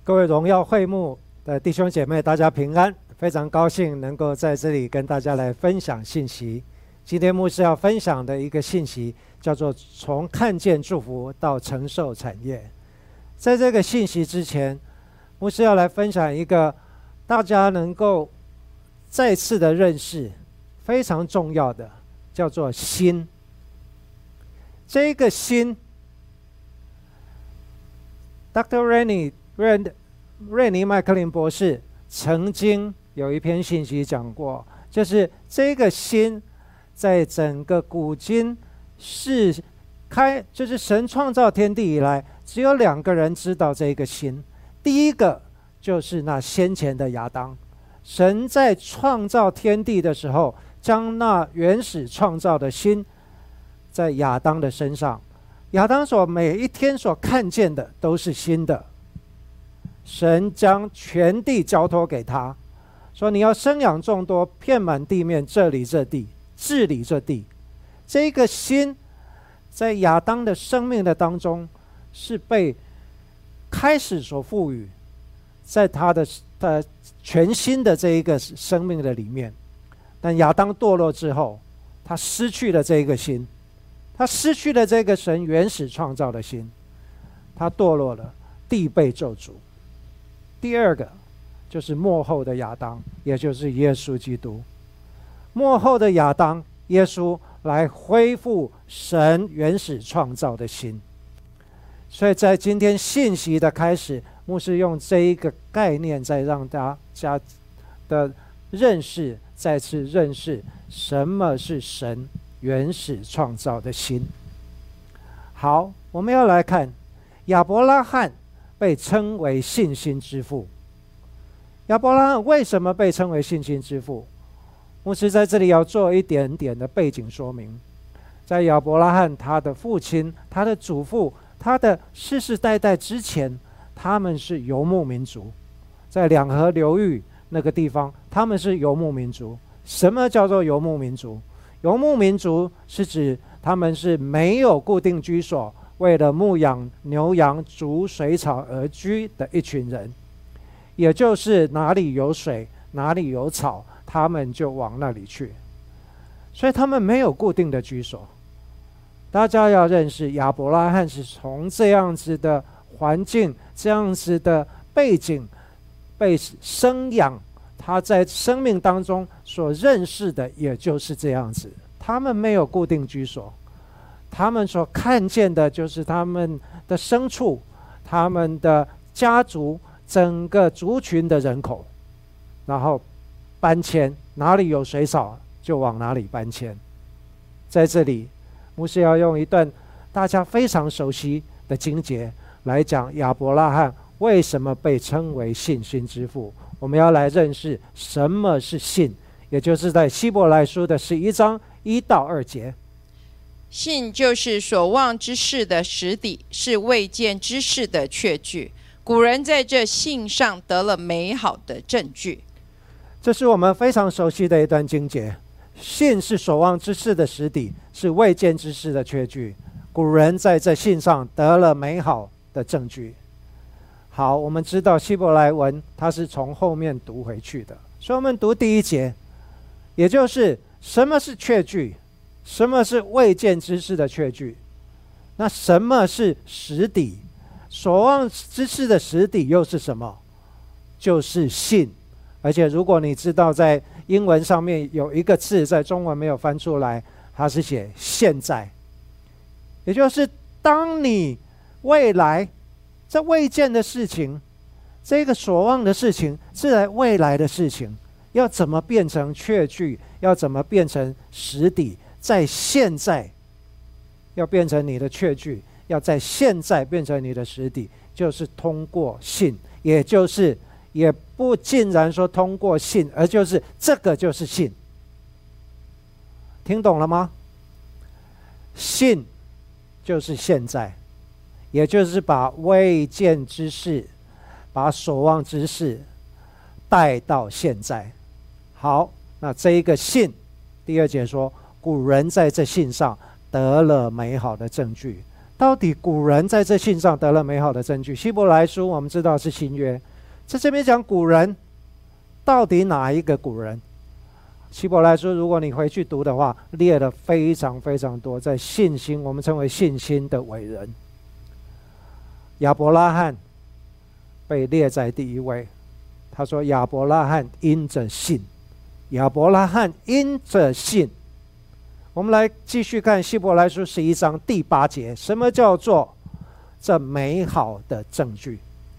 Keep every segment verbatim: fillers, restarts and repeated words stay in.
各位荣耀会幕的弟兄姐妹，大家平安！非常高兴能够在这里跟大家来分享信息。今天牧师要分享的一个信息叫做从看见祝福到承受产业。在这个信息之前，牧师要来分享一个大家能够再次的认识非常重要的，叫做心。这个心 Doctor Rennie 瑞尼麦克林博士曾经有一篇信息讲过，就是这个心在整个古今是开，就是神创造天地以来，只有两个人知道这个心。第一个就是那先前的亚当，神在创造天地的时候，将那原始创造的心在亚当的身上，亚当所每一天所看见的都是新的。神将全地交托给他，说你要生养众多，遍满地面，治理这地，治理这地。这个心在亚当的生命的当中是被开始所赋予，在他的他全新的这一个生命的里面。但亚当堕落之后，他失去了这一个心，他失去了这个神原始创造的心，他堕落了，地被咒诅。第二个就是末后的亚当，也就是耶稣基督。末后的亚当，耶稣来恢复神原始创造的心。所以在今天信息的开始，牧师用这一个概念，再让大家的认识，再次认识什么是神原始创造的心。好，我们要来看亚伯拉罕被称为信心之父。亚伯拉罕为什么被称为信心之父？牧师在这里要做一点点的背景说明。在亚伯拉罕他的父亲、他的祖父、他的世世代代之前，他们是游牧民族，在两河流域那个地方，他们是游牧民族。什么叫做游牧民族？游牧民族是指他们是没有固定居所，为了牧养牛羊、逐水草而居的一群人，也就是哪里有水、哪里有草，他们就往那里去。所以他们没有固定的居所。大家要认识，亚伯拉罕是从这样子的环境、这样子的背景被生养，他在生命当中所认识的也就是这样子。他们没有固定居所，他们所看见的就是他们的牲畜，他们的家族，整个族群的人口，然后搬迁，哪里有水草就往哪里搬迁。在这里，牧师要用一段大家非常熟悉的经节来讲亚伯拉罕为什么被称为信心之父。我们要来认识什么是信，也就是在希伯来书的十一章一到二节。 信就是所望之事的实底，是未见之事的确据。古人在这信上得了美好的证据。 这是我们非常熟悉的一段经节。信是所望之事的实底，是未见之事的确据。古人在这信上得了美好的证据。好，我们知道希伯来文它是从后面读回去的，所以我们读第一节，也就是什么是确据，什么是未见之事的确据，那什么是实底，所望之事的实底又是什么？就是信。而且如果你知道在英文上面有一个字在中文没有翻出来，它是写现在，也就是当你未来这未见的事情，这个所望的事情是在未来的事情，要怎么变成确据，要怎么变成实底，在现在要变成你的确据，要在现在变成你的实底，就是通过信，也就是也不尽然说通过信，而就是这个就是信。听懂了吗？信就是现在，也就是把未见之事，把所望之事带到现在。好，那这一个信，第二节说，古人在这信上得了美好的证据。 到底古人在这信上得了美好的证据。希伯来书我们知道是新约，在这边讲古人，到底哪一个古人？希伯来书如果你回去读的话，列了非常非常多在信心，我们称为信心的伟人。亚伯拉罕被列在第一位，他说亚伯拉罕因着信，亚伯拉罕因着信。我们来继续看希伯来书十一章第八节，什么叫做这美好的证据？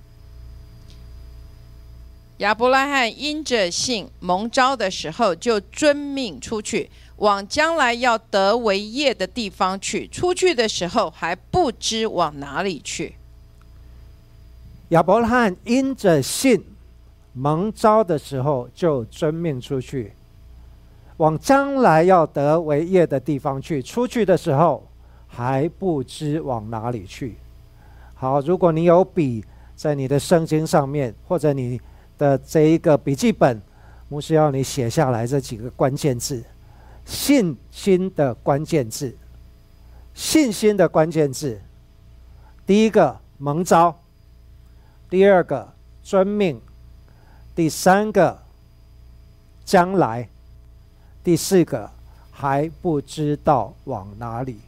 亚伯拉罕因着信蒙召的时候，就遵命出去，往将来要得为业的地方去。出去的时候还不知往哪里去。 亚伯拉罕因着信蒙召的时候，就遵命出去，往将来要得为业的地方去。出去的时候还不知往哪里去。好，如果你有笔在你的圣经上面，或者你的这一个笔记本，牧师要你写下来这几个关键字，信心的关键字，信心的关键字。第一个蒙召，第二个遵命，第三个将来，第四个还不知道往哪里。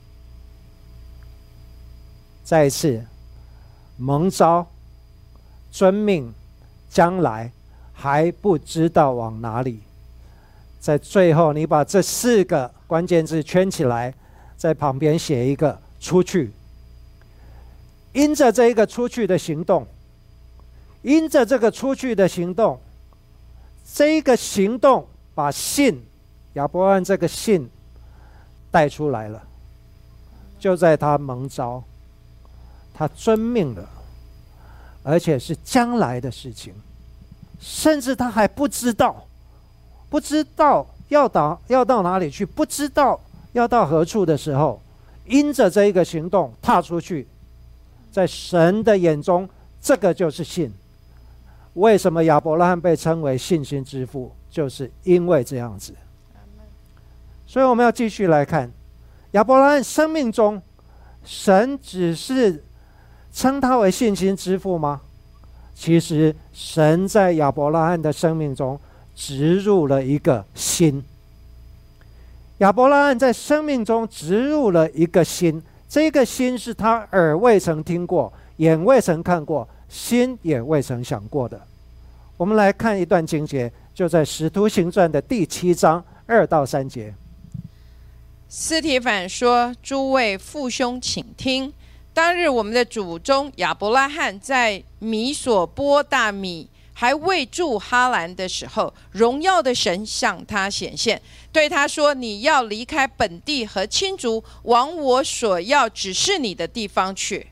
再一次，蒙召、遵命、将来还不知道往哪里。在最后你把这四个关键字圈起来，在旁边写一个出去。因着这一个出去的行动，因着这个出去的行动，这一个行动把信，亚伯拉罕这个信带出来了。就在他蒙召，他遵命了，而且是将来的事情，甚至他还不知道，不知道要到要到哪里去，不知道要到何处的时候，因着这一个行动踏出去，在神的眼中，这个就是信。为什么亚伯拉罕被称为信心之父？就是因为这样子。所以我们要继续来看亚伯拉罕生命中，神只是称他为信心之父吗？其实神在亚伯拉罕的生命中植入了一个心。亚伯拉罕在生命中植入了一个心，这个心是他耳未曾听过，眼未曾看过，心也未曾想过的。我们来看一段经节，就在使徒行传的第七章二到三节。 司提反说：诸位父兄请听，当日我们的祖宗亚伯拉罕在米索波大米还未住哈兰的时候，荣耀的神向他显现，对他说：你要离开本地和亲族，往我所要指示你的地方去。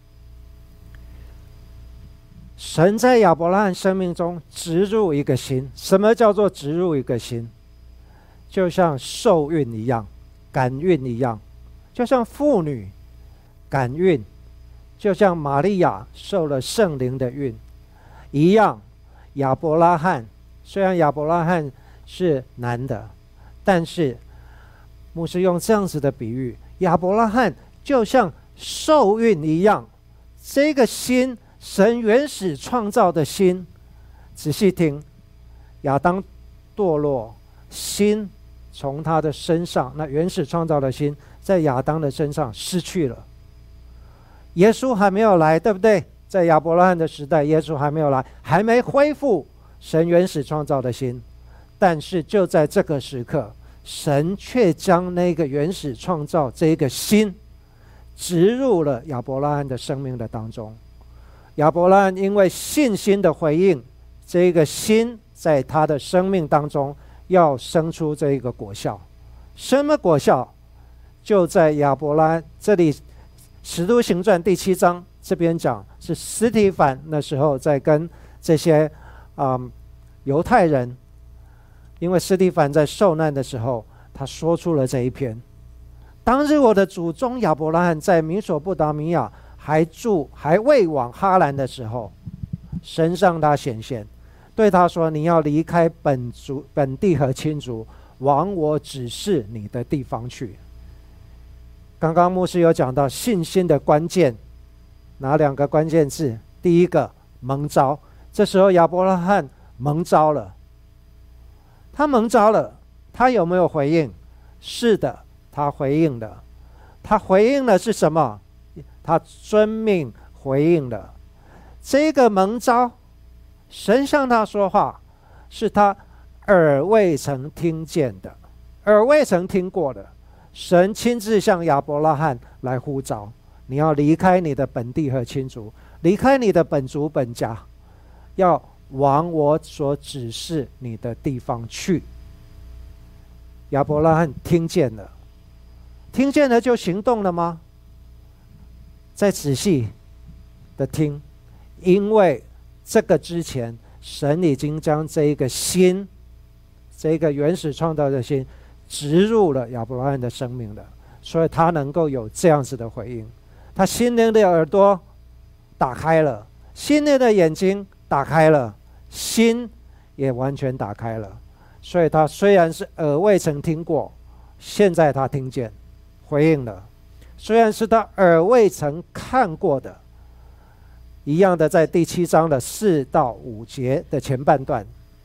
神在亚伯拉罕生命中植入一个心。什么叫做植入一个心？就像受孕一样，感孕一样，就像妇女感孕，就像玛利亚受了圣灵的孕一样。亚伯拉罕，虽然亚伯拉罕是男的，但是牧师用这样子的比喻，亚伯拉罕就像受孕一样。这个心，神原始创造的心，仔细听，亚当堕落，心从他的身上，那原始创造的心在亚当的身上失去了。耶稣还没有来，对不对？在亚伯拉罕的时代，耶稣还没有来，还没恢复神原始创造的心。但是就在这个时刻，神却将那个原始创造这个心植入了亚伯拉罕的生命的当中。亚伯拉罕因为信心的回应，这个心在他的生命当中要生出这个果效。什么果效？就在亚伯拉罕这里，使徒行传第七章这边讲，是司提反那时候在跟这些嗯犹太人，因为司提反在受难的时候，他说出了这一篇：当日我的祖宗亚伯拉罕在米索不达米亚还住还未往哈兰的时候，神向他显现，对他说：你要离开本族本地和亲族，往我指示你的地方去。 刚刚牧师有讲到信心的关键，哪两个关键字？第一个蒙召，这时候亚伯拉罕蒙召了，他蒙召了，他有没有回应？是的，他回应了。他回应了是什么？他遵命回应了。这个蒙召，神向他说话，是他耳未曾听见的，耳未曾听过的。神亲自向亚伯拉罕来呼召，你要离开你的本地和亲族，离开你的本族本家，要往我所指示你的地方去。亚伯拉罕听见了，听见了就行动了吗？再仔细的听，因为这个之前神已经将这一个心，这个原始创造的心植入了亚伯拉罕的生命了，所以他能够有这样子的回应。他心灵的耳朵打开了，心灵的眼睛打开了，心也完全打开了。所以他虽然是耳未曾听过，现在他听见回应了。虽然是他耳未曾看过的，一样的在第七章的四到五节的前半段，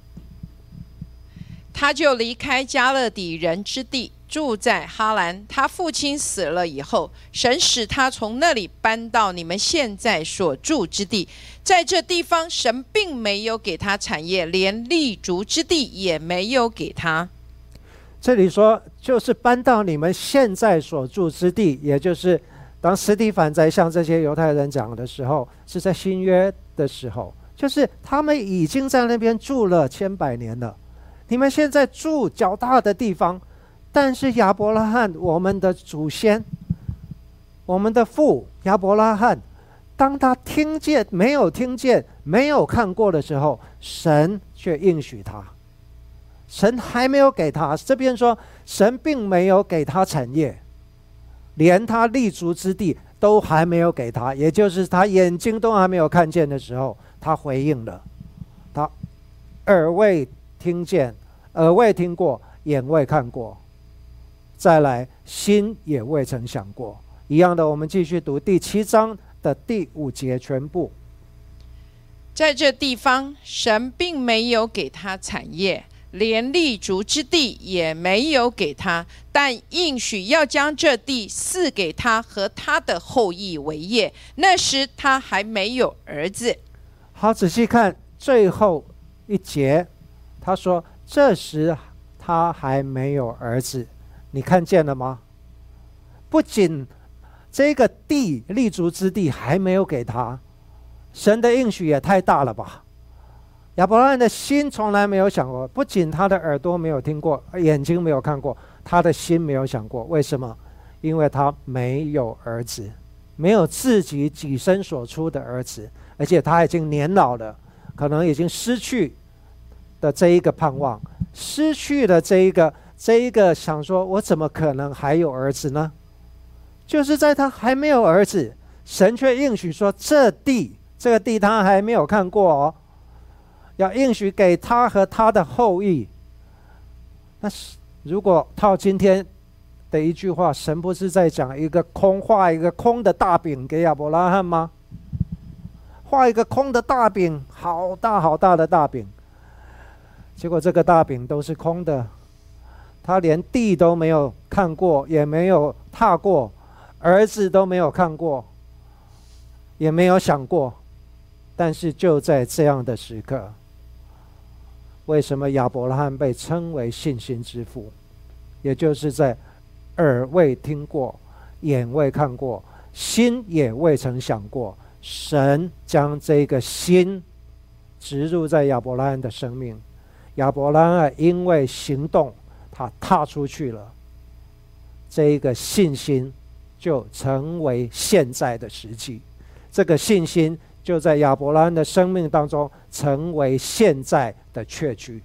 他就离开加勒底人之地，住在哈兰。他父亲死了以后，神使他从那里搬到你们现在所住之地。在这地方，神并没有给他产业，连立足之地也没有给他。 这里说就是搬到你们现在所住之地，也就是当司提反在向这些犹太人讲的时候，是在新约的时候，就是他们已经在那边住了千百年了，你们现在住较大的地方。但是亚伯拉罕，我们的祖先，我们的父亚伯拉罕，当他听见没有听见没有看过的时候，神却应许他，神还没有给他。这边说神并没有给他产业，连他立足之地都还没有给他，也就是他眼睛都还没有看见的时候，他回应了。他耳未听见，耳未听过，眼未看过，再来心也未曾想过。一样的，我们继续读第七章的第五节全部。 在这地方，神并没有给他产业，连立足之地也没有给他，但应许要将这地赐给他和他的后裔为业。那时他还没有儿子。 好，仔细看最后一节，他说这时他还没有儿子，你看见了吗？不仅这个地立足之地还没有给他，神的应许也太大了吧。亚伯拉罕的心从来没有想过，不仅他的耳朵没有听过，眼睛没有看过，他的心没有想过。为什么？因为他没有儿子，没有自己己身所出的儿子，而且他已经年老了，可能已经失去的这一个盼望，失去了这一个这一个想说，我怎么可能还有儿子呢？就是在他还没有儿子，神却应许说，这地这个地他还没有看过哦，要应许给他和他的后裔。那如果套今天的一句话，神不是在讲一个空，画一个空的大饼给亚伯拉罕吗？画一个空的大饼，好大好大的大饼，结果这个大饼都是空的，他连地都没有看过，也没有踏过，儿子都没有看过，也没有想过。但是就在这样的时刻，为什么亚伯拉罕被称为信心之父？也就是在耳未听过，眼未看过，心也未曾想过，神将这个心植入在亚伯拉罕的生命。亚伯拉罕因为行动，他踏出去了，这一个信心就成为现在的实际。这个信心就在亚伯拉罕的生命当中成为现在的确据。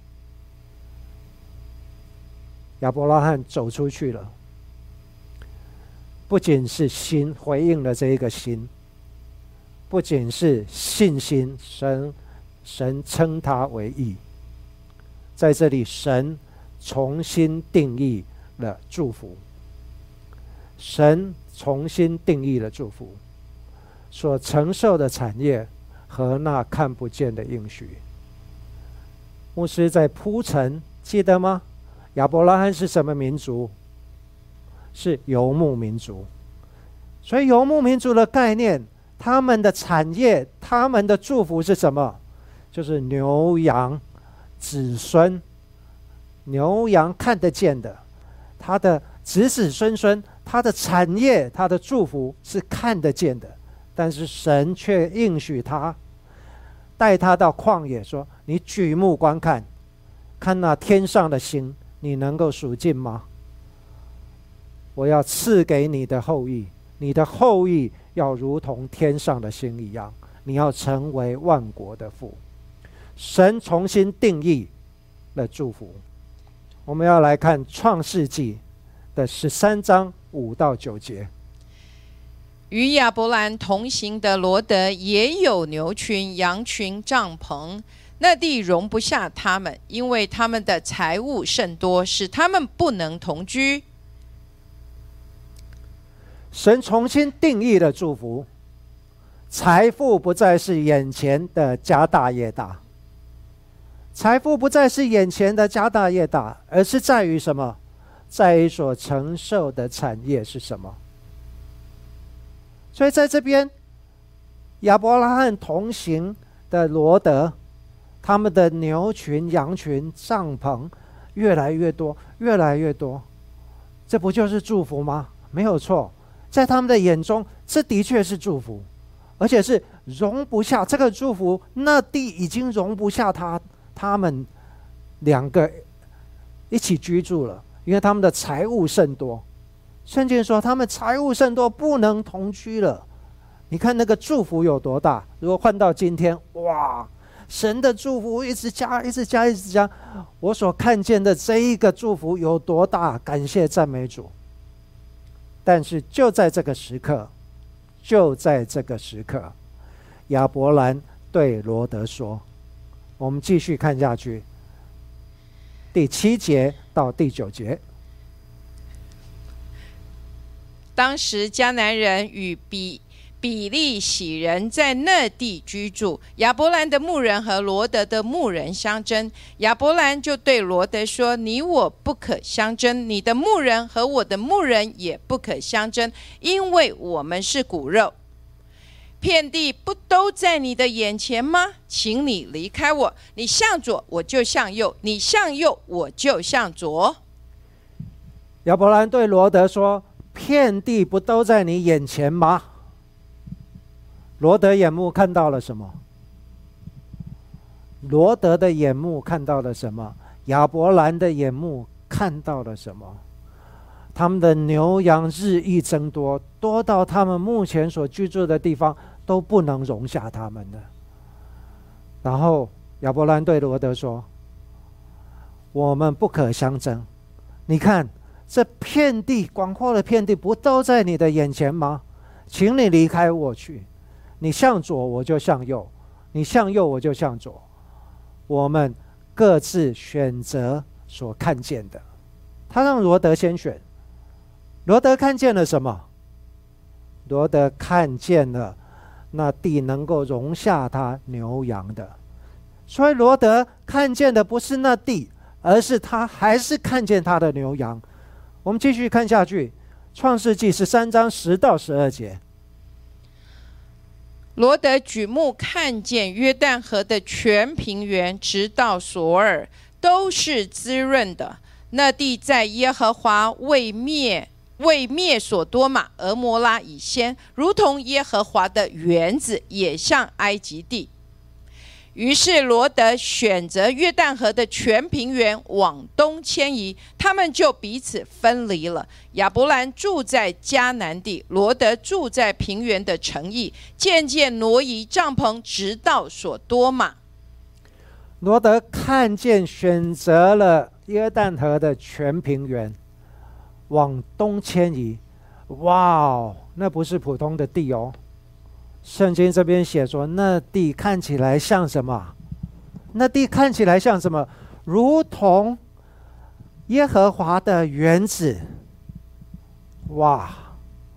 亚伯拉罕走出去了，不仅是心回应了这一个心，不仅是信心，神神称他为义。在这里，神重新定义了祝福。神重新定义了祝福，所承受的产业和那看不见的应许。牧师在铺陈，记得吗？亚伯拉罕是什么民族？是游牧民族。所以游牧民族的概念，他们的产业，他们的祝福是什么？就是牛羊子孙，牛羊看得见的，他的子子孙孙，他的产业，他的祝福是看得见的。但是神却应许他，带他到旷野说，你举目观看，看那天上的星，你能够数尽吗？我要赐给你的后裔，你的后裔要如同天上的星一样，你要成为万国的父。神重新定义了祝福。我们要来看创世纪的十三章五到九节。 与亚伯兰同行的罗得也有牛群、羊群、帐篷，那地容不下他们，因为他们的财物甚多，使他们不能同居。 神重新定义了祝福，财富不再是眼前的家大业大，财富不再是眼前的家大业大，而是在于什么？在于所承受的产业是什么。所以在这边，亚伯拉罕同行的罗得，他们的牛群、羊群、帐篷越来越多，越来越多，这不就是祝福吗？没有错，在他们的眼中，这的确是祝福，而且是容不下这个祝福，那地已经容不下他他们两个一起居住了，因为他们的财物甚多。圣经说他们财物甚多，不能同居了。你看那个祝福有多大？如果换到今天，哇，神的祝福一直加，一直加，一直加。我所看见的这一个祝福有多大？感谢赞美主。但是就在这个时刻，就在这个时刻，亚伯兰对罗得说，我们继续看下去，第七节到第九节。 当时迦南人与比比利洗人在那地居住，亚伯兰的牧人和罗得的牧人相争，亚伯兰就对罗得说，你我不可相争，你的牧人和我的牧人也不可相争，因为我们是骨肉。遍地不都在你的眼前吗？请你离开我，你向左我就向右，你向右我就向左。 亚伯兰对罗得说，遍地不都在你眼前吗？罗得眼目看到了什么？罗得的眼目看到了什么？亚伯兰的眼目看到了什么？他们的牛羊日益增多，多到他们目前所居住的地方都不能容下他们了。然后亚伯兰对罗得说，我们不可相争，你看这片地广阔的片地不都在你的眼前吗？请你离开我去，你向左我就向右，你向右我就向左，我们各自选择所看见的。他让罗得先选，罗得看见了什么？罗得看见了那地能够容下他牛羊的，所以罗得看见的不是那地，而是他还是看见他的牛羊。我们继续看下去，创世纪十三章十到十二节。 罗得举目看见约旦河的全平原，直到索尔，都是滋润的。那地在耶和华未灭未灭所多玛、俄摩拉以先，如同耶和华的园子，也像埃及地。于是罗得选择约旦河的全平原往东迁移，他们就彼此分离了。亚伯兰住在迦南地，罗得住在平原的城邑，渐渐挪移帐篷，直到所多玛。 罗得看见选择了约旦河的全平原往东迁移，哇哦，那不是普通的地哦。圣经这边写说，那地看起来像什么？那地看起来像什么？如同耶和华的园子。哇，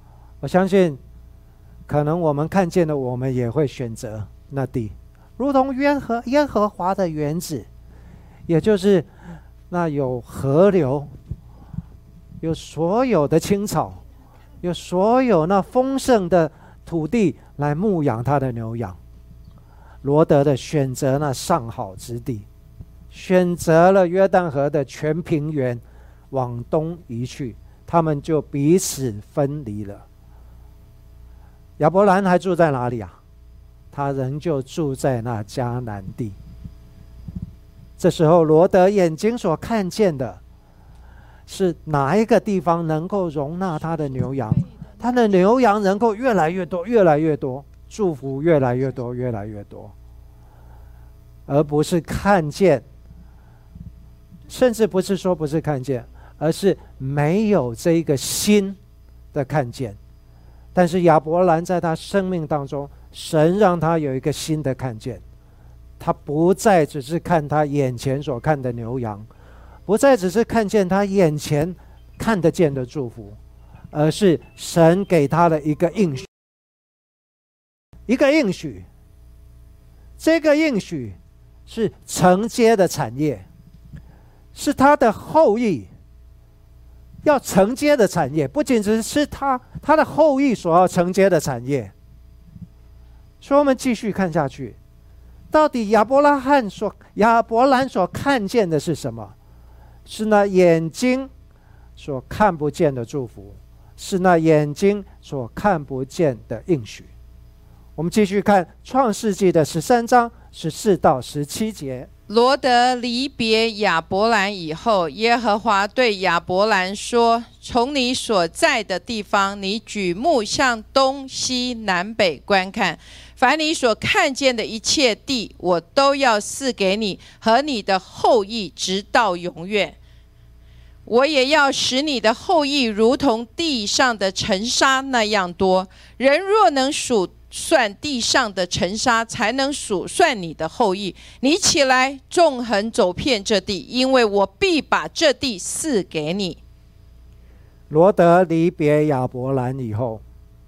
我相信，可能我们看见了，我们也会选择那地，如同约和耶和华的园子，也就是那有河流，有所有的青草，有所有那丰盛的土地来牧养他的牛羊。罗得的选择那上好之地，选择了约旦河的全平原，往东移去，他们就彼此分离了。亚伯兰还住在哪里啊？他仍旧住在那迦南地。这时候罗得眼睛所看见的是哪一个地方能够容纳他的牛羊，他的牛羊能够越来越多越来越多，祝福越来越多越来越多，而不是看见，甚至不是说不是看见，而是没有这一个心的看见。但是亚伯兰在他生命当中，神让他有一个新的看见，他不再只是看他眼前所看的牛羊，不再只是看见他眼前看得见的祝福，而是神给他的一个应许，一个应许。这个应许是承接的产业，是他的后裔要承接的产业，不仅只是他他的后裔所要承接的产业。所以我们继续看下去，到底亚伯拉罕所亚伯兰所看见的是什么？是那眼睛所看不见的祝福，是那眼睛所看不见的应许。我们继续看创世纪的十三章十四到十七节。 罗得离别亚伯兰以后，耶和华对亚伯兰说：从你所在的地方，你举目向东西南北观看，凡你所看见的一切地，我都要赐给你和你的后裔，直到永远。我也要使你的后裔如同地上的尘沙那样多。人若能数算地上的尘沙，才能数算你的后裔。你起来，纵横走遍这地，因为我必把这地赐给你。 罗得离别亚伯兰以后，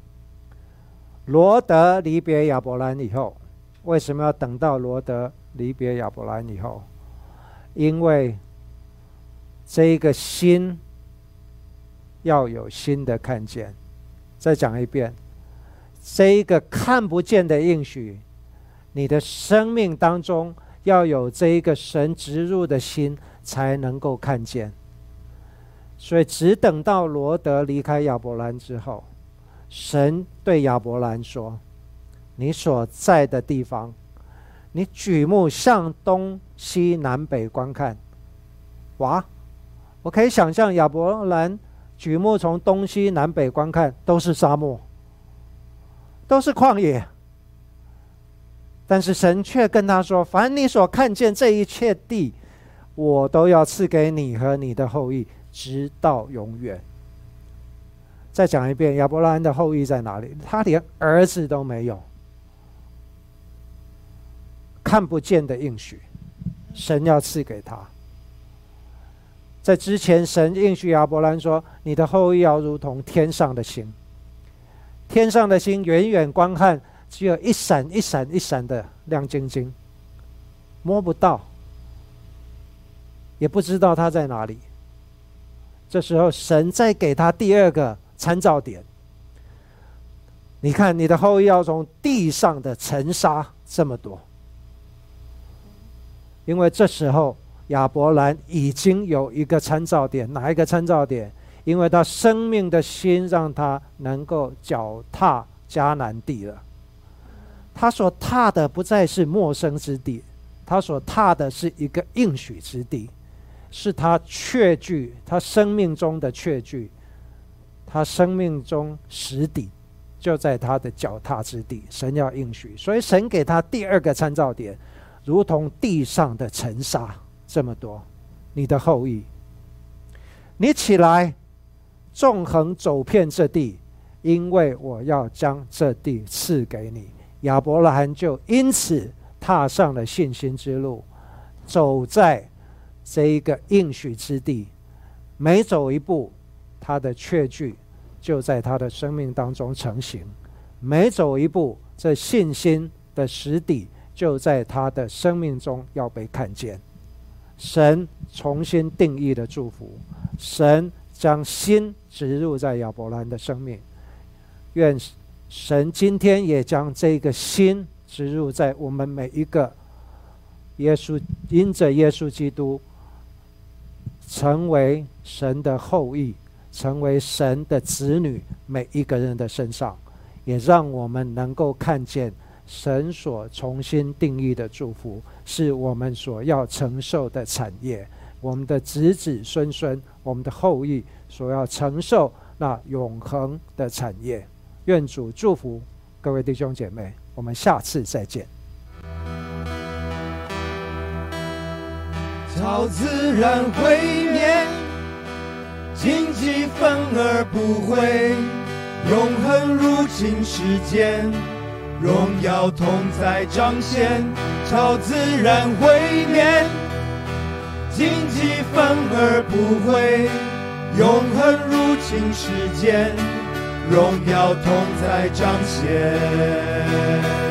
罗得离别亚伯兰以后，为什么要等到罗得离别亚伯兰以后？因为这一个心要有新的看见。再讲一遍，这一个看不见的应许，你的生命当中要有这一个神植入的心，才能够看见。所以只等到罗得离开亚伯兰之后，神对亚伯兰说：你所在的地方，你举目向东西南北观看。哇，我可以想象亚伯兰举目从东西南北观看，都是沙漠，都是旷野。但是神却跟他说：凡你所看见这一切地，我都要赐给你和你的后裔，直到永远。再讲一遍，亚伯拉罕的后裔在哪里？他连儿子都没有。看不见的应许，神要赐给他。在之前，神应许亚伯兰说：你的后裔要如同天上的星。天上的星远远观看，只有一闪一闪一闪的亮晶晶，摸不到，也不知道它在哪里。这时候神再给他第二个参照点，你看你的后裔要从地上的尘沙这么多。因为这时候亚伯兰已经有一个参照点，哪一个参照点？因为他生命的心让他能够脚踏迦南地了。他所踏的不再是陌生之地，他所踏的是一个应许之地，是他确据，他生命中的确据，他生命中实底就在他的脚踏之地。神要应许，所以神给他第二个参照点，如同地上的尘沙这么多，你的后裔，你起来，纵横走遍这地，因为我要将这地赐给你。亚伯拉罕就因此踏上了信心之路，走在这一个应许之地，每走一步，他的确据就在他的生命当中成型。每走一步，这信心的实底就在他的生命中要被看见。神重新定义的祝福，神将新植入在亚伯兰的生命。愿神今天也将这个新植入在我们每一个耶稣因着耶稣基督成为神的后裔，成为神的子女每一个人的身上，也让我们能够看见神所重新定义的祝福是我们所要承受的产业，我们的子子孙孙，我们的后裔所要承受那永恒的产业。愿主祝福各位弟兄姐妹，我们下次再见。 超自然毁灭，荆棘反而不会，永恒入侵世间，荣耀同在彰显。超自然毁灭，荆棘反而不会，永恒入侵世间，荣耀同在彰显。